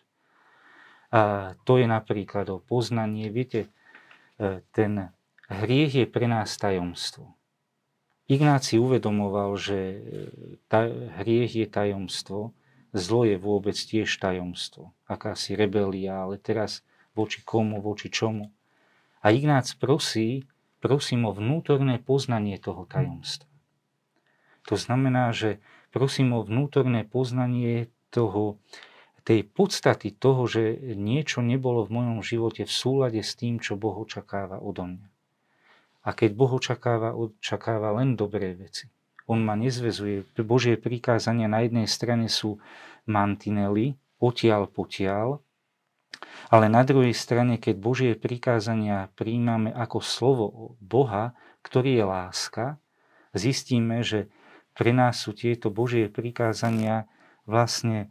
A to je napríklad o poznanie. Viete, ten hriech je pre nás tajomstvo. Ignác si uvedomoval, že hriech je tajomstvo, zlo je vôbec tiež tajomstvo. Akási rebelia, ale teraz voči komu, voči čomu. A Ignác prosím o vnútorné poznanie toho tajomstva. To znamená, že prosím o vnútorné poznanie tej podstaty toho, že niečo nebolo v mojom živote v súlade s tým, čo Boh očakáva odo mňa. A keď Boh očakáva len dobré veci. On ma nezväzuje. Božie prikázania na jednej strane sú mantinely, odtiaľ potiaľ, ale na druhej strane, keď Božie prikázania prijímame ako slovo Boha, ktorý je láska, zistíme, že pre nás sú tieto Božie prikázania vlastne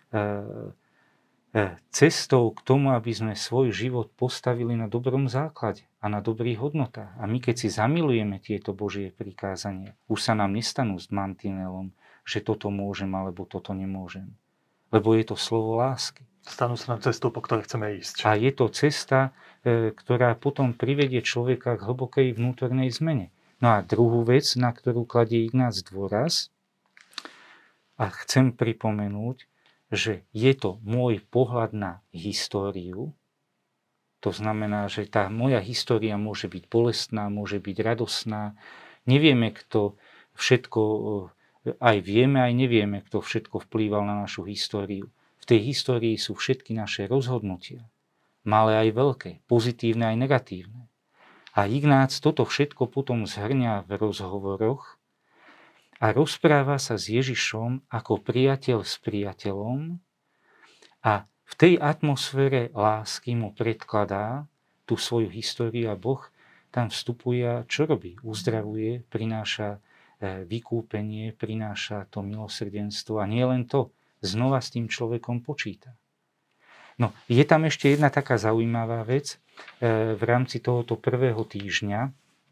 cestou k tomu, aby sme svoj život postavili na dobrom základe a na dobrých hodnotách. A my, keď si zamilujeme tieto Božie prikázania, už sa nám nestanú s mantinelom, že toto môžem alebo toto nemôžem. Lebo je to slovo lásky. Stanú sa nám cestou, po ktorej chceme ísť. A je to cesta, ktorá potom privedie človeka k hlbokej vnútornej zmene. No a druhú vec, na ktorú kladie Ignác dôraz, a chcem pripomenúť, že je to môj pohľad na históriu. To znamená, že tá moja história môže byť bolestná, môže byť radosná. Nevieme, kto všetko, aj vieme, aj nevieme, kto všetko vplýval na našu históriu. V tej histórii sú všetky naše rozhodnutia. Malé aj veľké, pozitívne aj negatívne. A Ignác toto všetko potom zhrňa v rozhovoroch a rozpráva sa s Ježišom ako priateľ s priateľom a v tej atmosfére lásky mu predkladá tú svoju históriu a Boh tam vstupuje a čo robí? Uzdravuje, prináša vykúpenie, prináša to milosrdenstvo a nie len to, znova s tým človekom počíta. No, je tam ešte jedna taká zaujímavá vec v rámci tohoto prvého týždňa.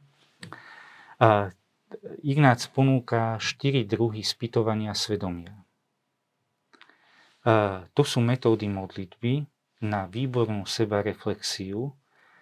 Ignác ponúka 4 druhy spytovania svedomia. To sú metódy modlitby na výbornú sebareflexiu,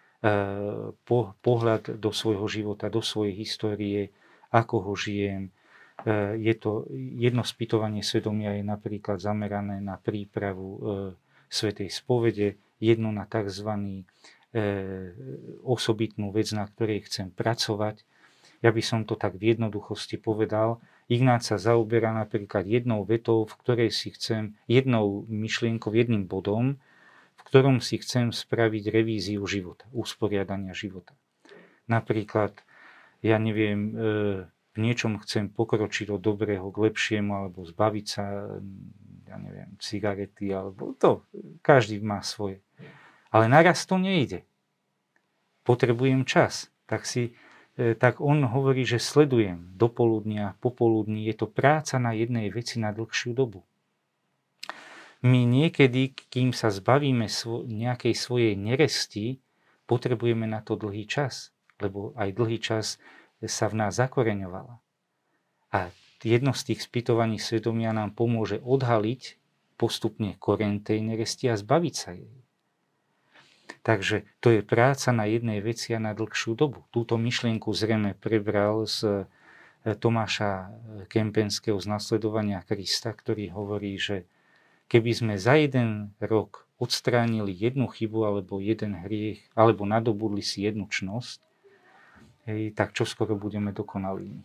pohľad do svojho života, do svojej histórie, ako ho žijem. Jedno spytovanie svedomia je napríklad zamerané na prípravu svätej spovede, jedno na tzv. osobitnú vec, na ktorej chcem pracovať. Ja by som to tak v jednoduchosti povedal. Ignác sa zaoberá napríklad jednou vetou, v ktorej si chcem, jednou myšlienkou, jedným bodom, v ktorom si chcem spraviť revíziu života, usporiadania života. Napríklad, ja neviem, v niečom chcem pokročiť od dobrého k lepšiemu, alebo zbaviť sa, ja neviem, cigarety, alebo to, každý má svoje. Ale naraz to nejde. Potrebujem čas. Tak on hovorí, že sledujem do poludnia, popoludní. Je to práca na jednej veci na dlhšiu dobu. My niekedy, kým sa zbavíme nejakej svojej neresti, potrebujeme na to dlhý čas. Lebo aj dlhý čas sa v nás zakoreňovala. A jedno z tých spýtovaní svedomia nám pomôže odhaliť postupne koreň tej neresti a zbaviť sa jej. Takže to je práca na jednej veci a na dlhšiu dobu. Túto myšlienku zrejme prebral z Tomáša Kempenského z Nasledovania Krista, ktorý hovorí, že keby sme za jeden rok odstránili jednu chybu alebo jeden hriech, alebo nadobudli si jednu čnosť, tak čoskoro budeme dokonalí.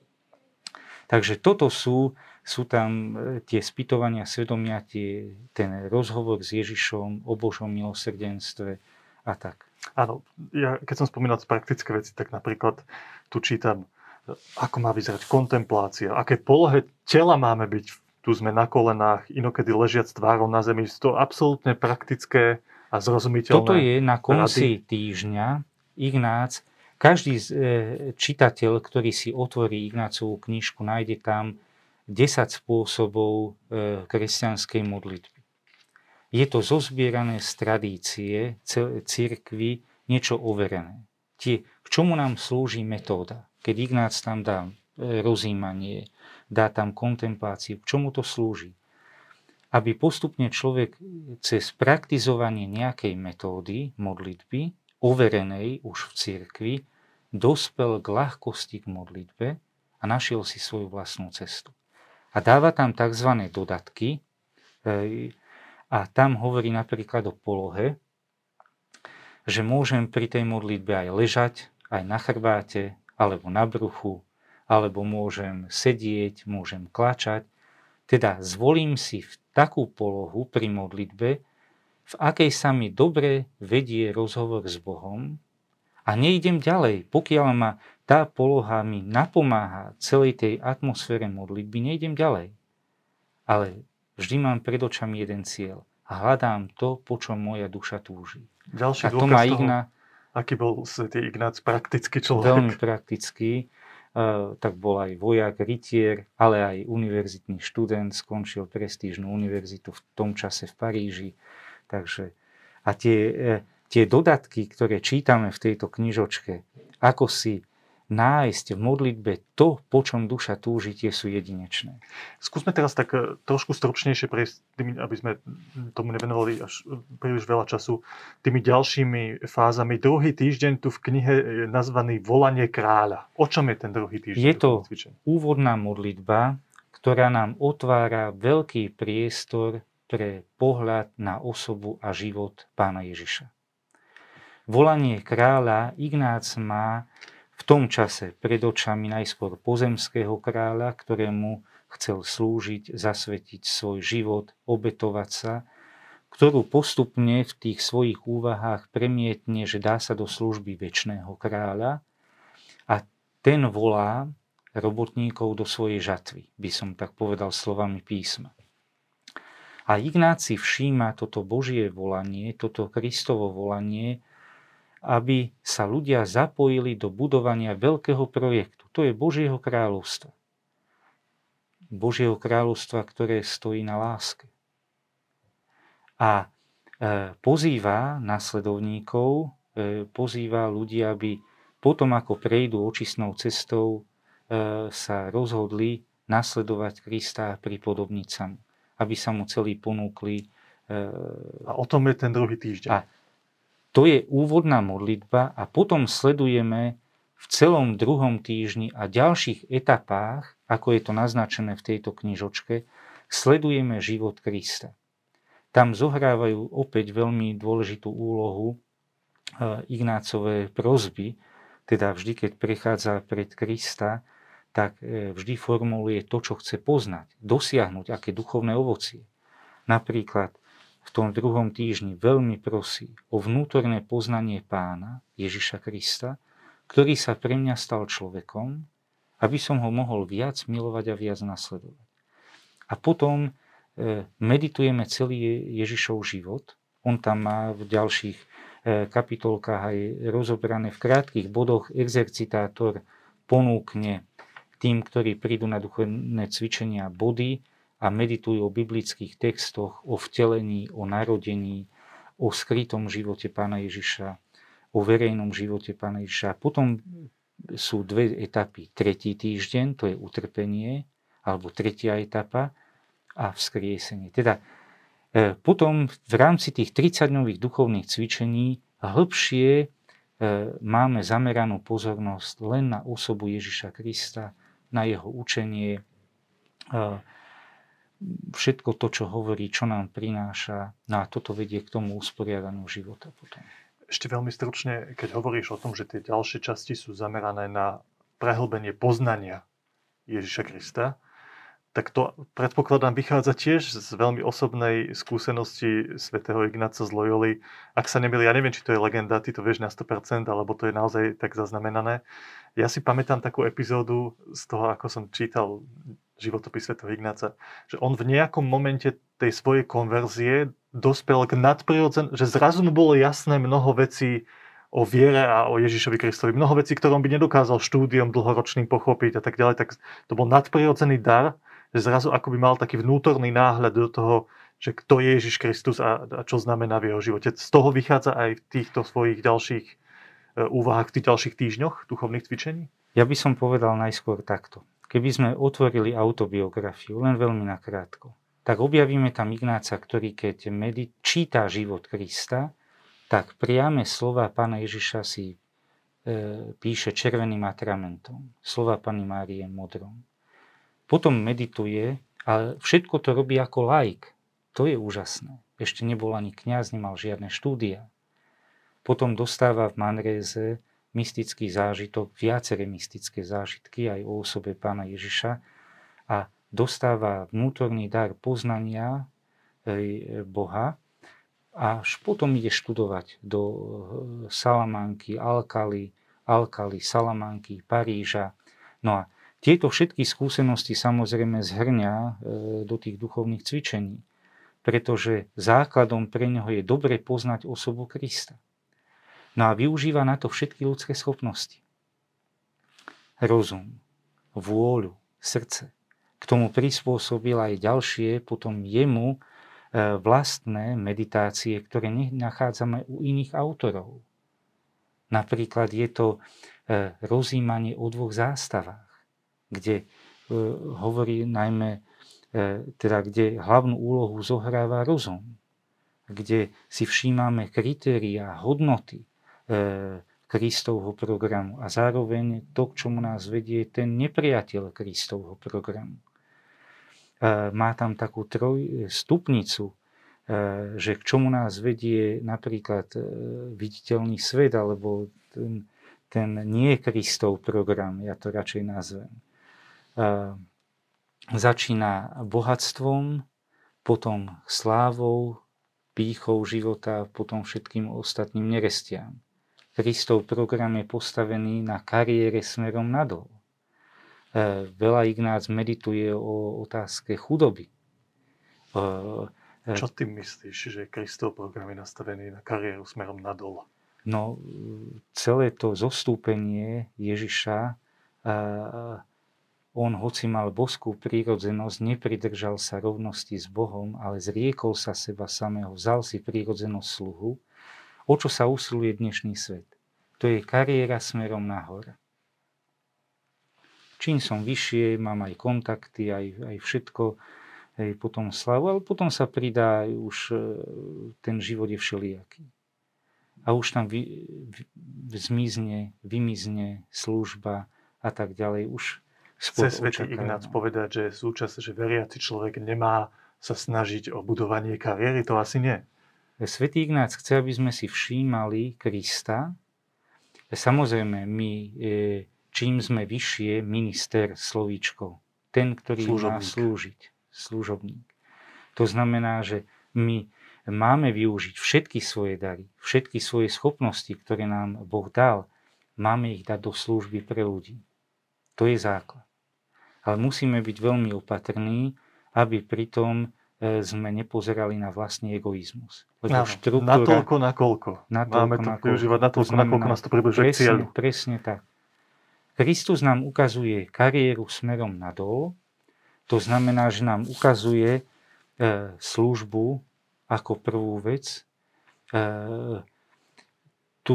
Takže toto sú tam tie spýtovania svedomia, ten rozhovor s Ježišom o Božom milosrdenstve a tak. Áno, ja keď som spomínal praktické veci, tak napríklad tu čítam, ako má vyzerať kontemplácia, aké polohe tela máme byť. Tu sme na kolenách, inokedy ležiac tvárou na zemi. To absolútne praktické a zrozumiteľné. Toto je na konci týždňa. Ignác, každý čitateľ, ktorý si otvorí Ignácovú knižku, nájde tam 10 spôsobov kresťanskej modlitby. Je to zozbierané z tradície cirkvi, niečo overené. K čomu nám slúži metóda? Keď Ignác tam dá rozjímanie, dá tam kontempláciu, k čomu to slúži? Aby postupne človek cez praktizovanie nejakej metódy modlitby, overenej už v cirkvi, dospel k ľahkosti k modlitbe a našiel si svoju vlastnú cestu. A dáva tam tzv. Dodatky a tam hovorí napríklad o polohe, že môžem pri tej modlitbe aj ležať, aj na chrbáte, alebo na bruchu, alebo môžem sedieť, môžem klačať. Teda zvolím si v takú polohu pri modlitbe, v akej sa mi dobre vedie rozhovor s Bohom a nejdem ďalej. Pokiaľ ma tá poloha mi napomáha celej tej atmosfére modlitby, nejdem ďalej. Ale vždy mám pred očami jeden cieľ a hľadám to, po čom moja duša túži. Ďalší dôkaz toho, aký bol svätý Ignác praktický človek. Veľmi praktický. Tak bol aj vojak, rytier, ale aj univerzitný študent, skončil prestížnu univerzitu v tom čase v Paríži. Takže, a tie dodatky, ktoré čítame v tejto knižočke, ako si nájsť v modlitbe to, po čom duša túži, tie sú jedinečné. Skúsme teraz tak trošku stručnejšie prejsť, aby sme tomu nevenovali až príliš veľa času, tými ďalšími fázami. Druhý týždeň tu v knihe je nazvaný Volanie kráľa. O čom je ten druhý týždeň? Je to úvodná modlitba, ktorá nám otvára veľký priestor pre pohľad na osobu a život Pána Ježiša. Volanie kráľa Ignác má v tom čase pred očami najskôr pozemského kráľa, ktorému chcel slúžiť, zasvetiť svoj život, obetovať sa, ktorú postupne v tých svojich úvahách premietne, že dá sa do služby večného kráľa a ten volá robotníkov do svojej žatvy, by som tak povedal slovami písma. A Ignác si všíma toto Božie volanie, toto Kristovo volanie, aby sa ľudia zapojili do budovania veľkého projektu. To je Božieho kráľovstva. Božieho kráľovstva, ktoré stojí na láske. A pozýva nasledovníkov, pozýva ľudí, aby potom, ako prejdú očistnou cestou, sa rozhodli nasledovať Krista a pripodobniť sa mu. Aby sa mu celý ponúkli. A o tom je ten druhý týždeň. A to je úvodná modlitba a potom sledujeme v celom druhom týždni a ďalších etapách, ako je to naznačené v tejto knižočke, sledujeme život Krista. Tam zohrávajú opäť veľmi dôležitú úlohu Ignácové prosby, teda vždy, keď prechádza pred Krista, tak vždy formuluje to, čo chce poznať, dosiahnuť, aké duchovné ovocie. Napríklad v tom 2. týždni veľmi prosí o vnútorné poznanie Pána Ježiša Krista, ktorý sa pre mňa stal človekom, aby som ho mohol viac milovať a viac nasledovať. A potom meditujeme celý Ježišov život. On tam má v ďalších kapitolkách aj rozobrané v krátkych bodoch. Exercitátor ponúkne tým, ktorí prídu na duchovné cvičenia, body a meditujú o biblických textoch, o vtelení, o narodení, o skrytom živote Pána Ježiša, o verejnom živote Pána Ježiša. Potom sú 2 etapy. 3. týždeň, to je utrpenie, alebo 3. etapa, a vzkriesenie. Teda potom v rámci tých 30-dňových duchovných cvičení hĺbšie máme zameranú pozornosť len na osobu Ježiša Krista, na jeho učenie, všetko to, čo hovorí, čo nám prináša, no a toto vedie k tomu usporiadaniu života potom. Ešte veľmi stručne, keď hovoríš o tom, že tie ďalšie časti sú zamerané na prehlbenie poznania Ježiša Krista, tak to, predpokladám, vychádza tiež z veľmi osobnej skúsenosti svätého Ignáca z Loyoli. Ak sa nemýlim, ja neviem, či to je legenda, ty to vieš na 100%, alebo to je naozaj tak zaznamenané. Ja si pamätám takú epizódu z toho, ako som čítal životopis svätého Ignáca, že on v nejakom momente tej svojej konverzie dospel k že zrazu mu bolo jasné mnoho vecí o viere a o Ježišovi Kristovi. Mnoho vecí, ktorom by nedokázal štúdiom dlhoročným pochopiť a tak ďalej. Tak to bol nadprirodzený dar, že zrazu ako by mal taký vnútorný náhľad do toho, že kto je Ježiš Kristus a čo znamená v jeho živote. Z toho vychádza aj v týchto svojich ďalších úvahách, v tých ďalších týždňoch duchovných cvičení? Ja by som povedal najskôr takto. Keby sme otvorili autobiografiu, len veľmi nakrátko, tak objavíme tam Ignáca, ktorý keď číta život Krista, tak priame slova Pána Ježiša si píše červeným atramentom. Slova Panny Márie modrom. Potom medituje, ale všetko to robí ako laik. To je úžasné. Ešte nebol ani kňaz, nemal žiadne štúdia. Potom dostáva v Manréze mystický zážitok, viaceré mystické zážitky aj o osobe Pána Ježiša a dostáva vnútorný dar poznania Boha a až potom ide študovať do Salamanky, Alkaly, Salamanky, Paríža. No a tieto všetky skúsenosti samozrejme zhrňa do tých duchovných cvičení, pretože základom pre neho je dobre poznať osobu Krista. No a využíva na to všetky ľudské schopnosti. Rozum, vôľu, srdce. K tomu prispôsobil aj ďalšie potom jemu vlastné meditácie, ktoré nenachádzame u iných autorov. Napríklad je to rozjímanie o 2 zástavách, kde hovorí najmä, kde hlavnú úlohu zohráva rozum, kde si všímame kritériá, hodnoty Kristovho programu a zároveň to, k čomu nás vedie ten nepriateľ Kristovho programu. Má tam takú stupnicu, že k čomu nás vedie napríklad viditeľný svet alebo ten nie Kristov program, ja to radšej nazvem. Začína bohatstvom, potom slávou, pýchou života, potom všetkým ostatným nerestiam. Kristov program je postavený na kariére smerom nadol. Veľa Ignác medituje o otázke chudoby. Čo ty myslíš, že Kristov program je nastavený na kariéru smerom nadol? No, celé to zostúpenie Ježiša, on, hoci mal boskú prírodzenosť, nepridržal sa rovnosti s Bohom, ale zriekol sa seba samého, vzal si prírodzenosť sluhu. O čo sa usiluje dnešný svet? To je kariéra smerom nahor. Čím som vyššie, mám aj kontakty, aj všetko, aj potom slavu, ale potom sa pridá už ten život je všelijaký. A už tam vymizne služba a tak ďalej. Už chce svätý Ignác povedať, že veriaci človek nemá sa snažiť o budovanie kariéry? To asi nie. Svätý Ignác chce, aby sme si všímali Krista. Samozrejme, my čím sme vyššie, minister slovíčko, ten, ktorý má slúžiť, služobník. To znamená, že my máme využiť všetky svoje dary, všetky svoje schopnosti, ktoré nám Boh dal, máme ich dať do služby pre ľudí. To je základ. Ale musíme byť veľmi opatrní, aby pritom sme nepozerali na vlastný egoizmus. Lebo natoľko, nakoľko. Máme to využívať natoľko, nakoľko nás to približuje k cieľu. Presne tak. Kristus nám ukazuje kariéru smerom nadol, to znamená, že nám ukazuje službu ako prvú vec, tú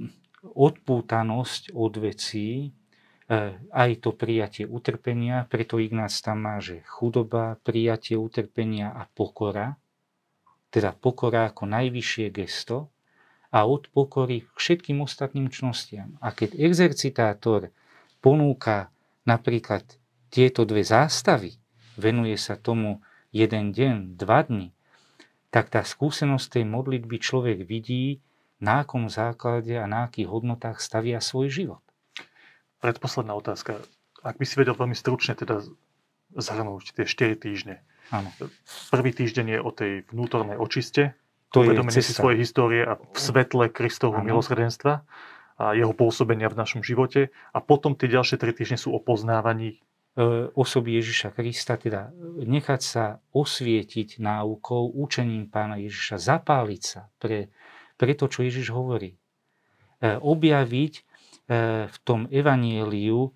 odpútanosť od vecí, aj to prijatie utrpenia, preto Ignác tam má, že chudoba, prijatie utrpenia a pokora, teda pokora ako najvyššie gesto a od pokory k všetkým ostatným čnostiam. A keď exercitátor ponúka napríklad tieto dve zástavy, venuje sa tomu 1 deň, 2 dni, tak tá skúsenosť tej modlitby človek vidí, na akom základe a na akých hodnotách stavia svoj život. Predposledná otázka. Ak by si vedel veľmi stručne teda zhrnúť tie 4 týždne. Áno. Prvý týždeň je o tej vnútornej očiste, to uvedomenie si svojej histórie a v svetle Kristovho milosrdenstva a jeho pôsobenia v našom živote. A potom tie ďalšie 3 týždne sú o poznávaní osoby Ježiša Krista, teda nechať sa osvietiť náukou, učením Pána Ježiša, zapáliť sa pre to, čo Ježiš hovorí. Objaviť v tom evanjeliu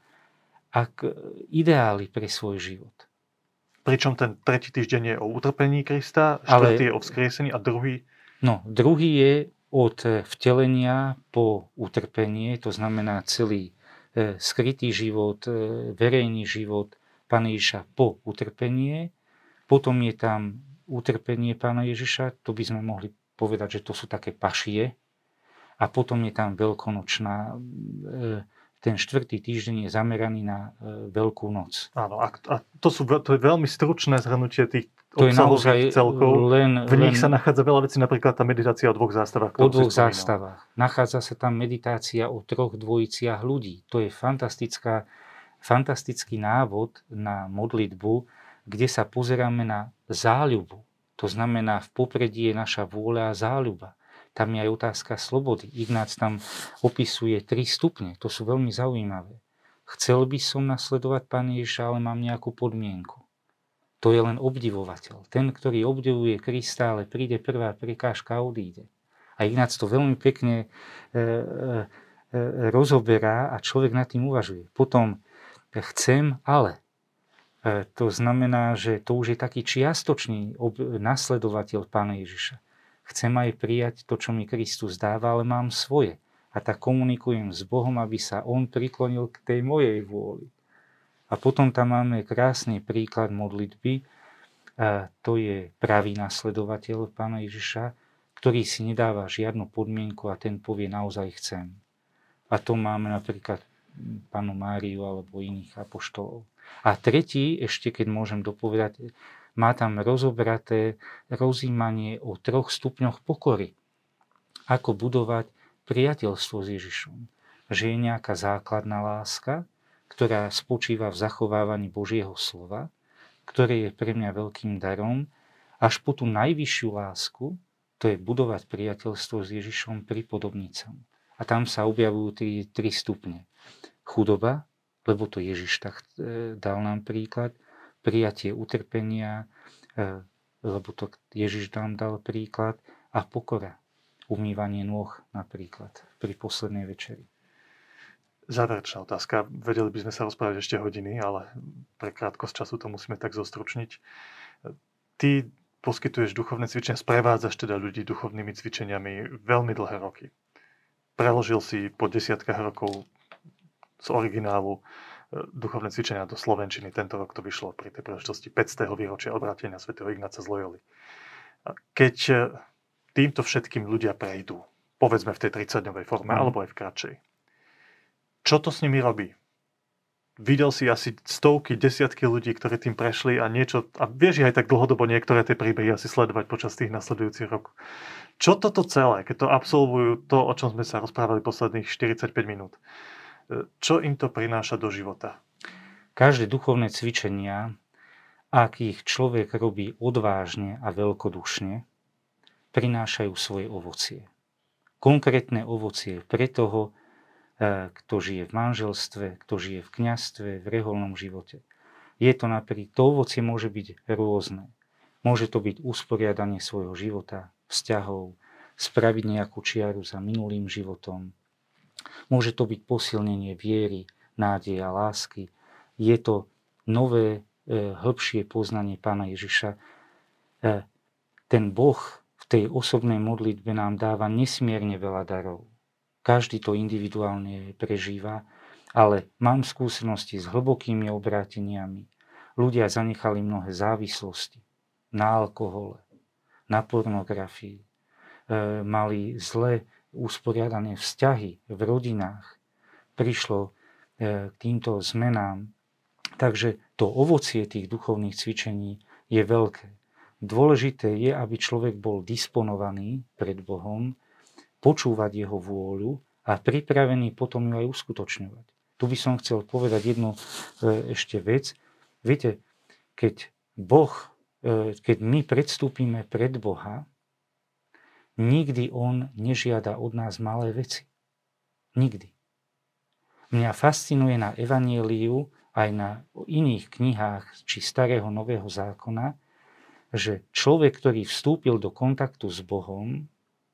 ideály pre svoj život. Pričom ten 3. týždeň je o utrpení Krista, 4. je o vzkriesení a druhý? No, druhý je od vtelenia po utrpenie, to znamená celý skrytý život, verejný život Pána Ježiša po utrpenie. Potom je tam utrpenie Pána Ježiša, to by sme mohli povedať, že to sú také pašie. A potom je tam veľkonočná, ten 4. týždeň je zameraný na Veľkú noc. Áno, a to je veľmi stručné zhrnutie tých obsahových celkov. V nich sa nachádza veľa vecí, napríklad tá meditácia o 2 zástavách. O 2 zástavách. Nachádza sa tam meditácia o 3 dvojiciach ľudí. To je fantastický návod na modlitbu, kde sa pozeráme na záľubu. To znamená, v popredí je naša vôľa a záľuba. Tam je aj otázka slobody. Ignác tam opisuje 3 stupne. To sú veľmi zaujímavé. Chcel by som nasledovať Pána Ježiša, ale mám nejakú podmienku. To je len obdivovateľ. Ten, ktorý obdivuje Krista, ale príde prvá prekážka a odíde. A Ignác to veľmi pekne rozoberá a človek nad tým uvažuje. Potom chcem, ale. To znamená, že to už je taký čiastočný nasledovateľ Pána Ježiša. Chcem aj prijať to, čo mi Kristus dáva, ale mám svoje. A tak komunikujem s Bohom, aby sa On priklonil k tej mojej vôli. A potom tam máme krásny príklad modlitby. To je pravý nasledovateľ Pána Ježiša, ktorý si nedáva žiadnu podmienku a ten povie naozaj chcem. A to máme napríklad Pannu Máriu alebo iných apoštolov. A tretí, ešte keď môžem dopovedať, má tam rozobraté rozjímanie o 3 stupňoch pokory. Ako budovať priateľstvo s Ježišom. Že je nejaká základná láska, ktorá spočíva v zachovávaní Božieho slova, ktoré je pre mňa veľkým darom, až po tú najvyššiu lásku, to je budovať priateľstvo s Ježišom pripodobniť sa mu. A tam sa objavujú 3 stupne. Chudoba, lebo to Ježiš tak dal nám príklad, prijatie utrpenia, lebo to Ježiš nám dal príklad, a pokora, umývanie nôh napríklad pri poslednej večeri. Záverečná otázka. Vedeli by sme sa rozprávať ešte hodiny, ale pre krátkosť času to musíme tak zostručniť. Ty poskytuješ duchovné cvičenia, sprevádzaš teda ľudí duchovnými cvičeniami veľmi dlhé roky. Preložil si po 10 rokov z originálu duchovné cvičenia do slovenčiny. Tento rok to vyšlo pri tej príležitosti 500. výročia obrátenia svätého Ignáca z Loyoli. Keď týmto všetkým ľudia prejdú, povedzme v tej 30-dňovej forme, alebo aj v kratšej, čo to s nimi robí? videl si asi stovky, desiatky ľudí, ktorí tým prešli a niečo, a vieš aj tak dlhodobo niektoré tie príbehy asi sledovať počas tých nasledujúcich rokov. Čo toto celé, keď to absolvujú to, o čom sme sa rozprávali posledných 45 minút, čo im to prináša do života? Každé duchovné cvičenia, ak ich človek robí odvážne a veľkodušne, prinášajú svoje ovocie. Konkrétne ovocie pre toho, kto žije v manželstve, kto žije v kňazstve, v reholnom živote. To ovocie môže byť rôzne. Môže to byť usporiadanie svojho života, vzťahov, spraviť nejakú čiaru za minulým životom. Môže to byť posilnenie viery, nádeje a lásky. Je to nové, hĺbšie poznanie Pána Ježiša. Ten Boh v tej osobnej modlitbe nám dáva nesmierne veľa darov. Každý to individuálne prežíva, ale mám skúsenosti s hlbokými obráteniami. Ľudia zanechali mnohé závislosti na alkohole, na pornografii, mali zle usporiadané vzťahy v rodinách. Prišlo k týmto zmenám. Takže to ovocie tých duchovných cvičení je veľké. Dôležité je, aby človek bol disponovaný pred Bohom, počúvať jeho vôľu a pripravený potom ju aj uskutočňovať. Tu by som chcel povedať jednu ešte vec. Viete, keď my predstúpime pred Boha, nikdy on nežiada od nás malé veci. Nikdy. Mňa fascinuje na Evanjeliu aj na iných knihách či Starého Nového zákona, že človek, ktorý vstúpil do kontaktu s Bohom,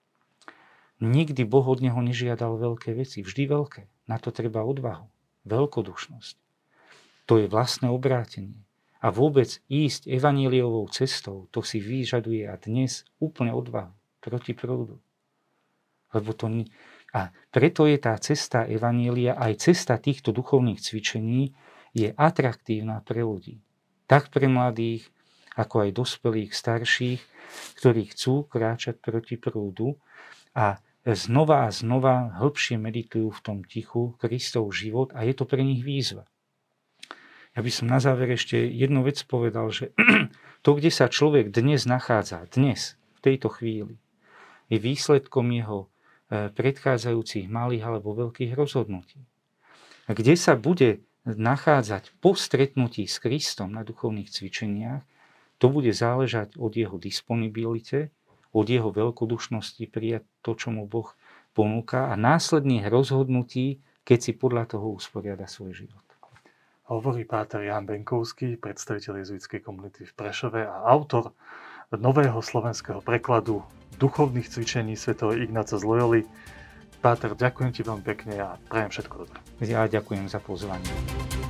nikdy Boh od neho nežiadal veľké veci, vždy veľké. Na to treba odvahu, veľkodušnosť. To je vlastné obrátenie. A vôbec ísť evanjeliovou cestou, to si vyžaduje a dnes úplne odvahu proti prúdu. A preto je tá cesta evanjelia, aj cesta týchto duchovných cvičení je atraktívna pre ľudí. Tak pre mladých, ako aj dospelých, starších, ktorí chcú kráčať proti prúdu a znova a znova hĺbšie meditujú v tom tichu Kristov život a je to pre nich výzva. Ja by som na záver ešte jednu vec povedal, že to, kde sa človek dnes nachádza, dnes, v tejto chvíli, je výsledkom jeho predchádzajúcich malých alebo veľkých rozhodnutí. Kde sa bude nachádzať po stretnutí s Kristom na duchovných cvičeniach, to bude záležať od jeho disponibilite, od jeho veľkodušnosti prijať to, čo mu Boh ponúka a následných rozhodnutí, keď si podľa toho usporiada svoj život. Hovorí páter Ján Benkovský, predstaviteľ jezuitskej komunity v Prešove a autor nového slovenského prekladu duchovných cvičení svätého Ignáca z Loyoli. Páter, ďakujem ti veľmi pekne a prajem všetko dobré. Ja ďakujem za pozvanie.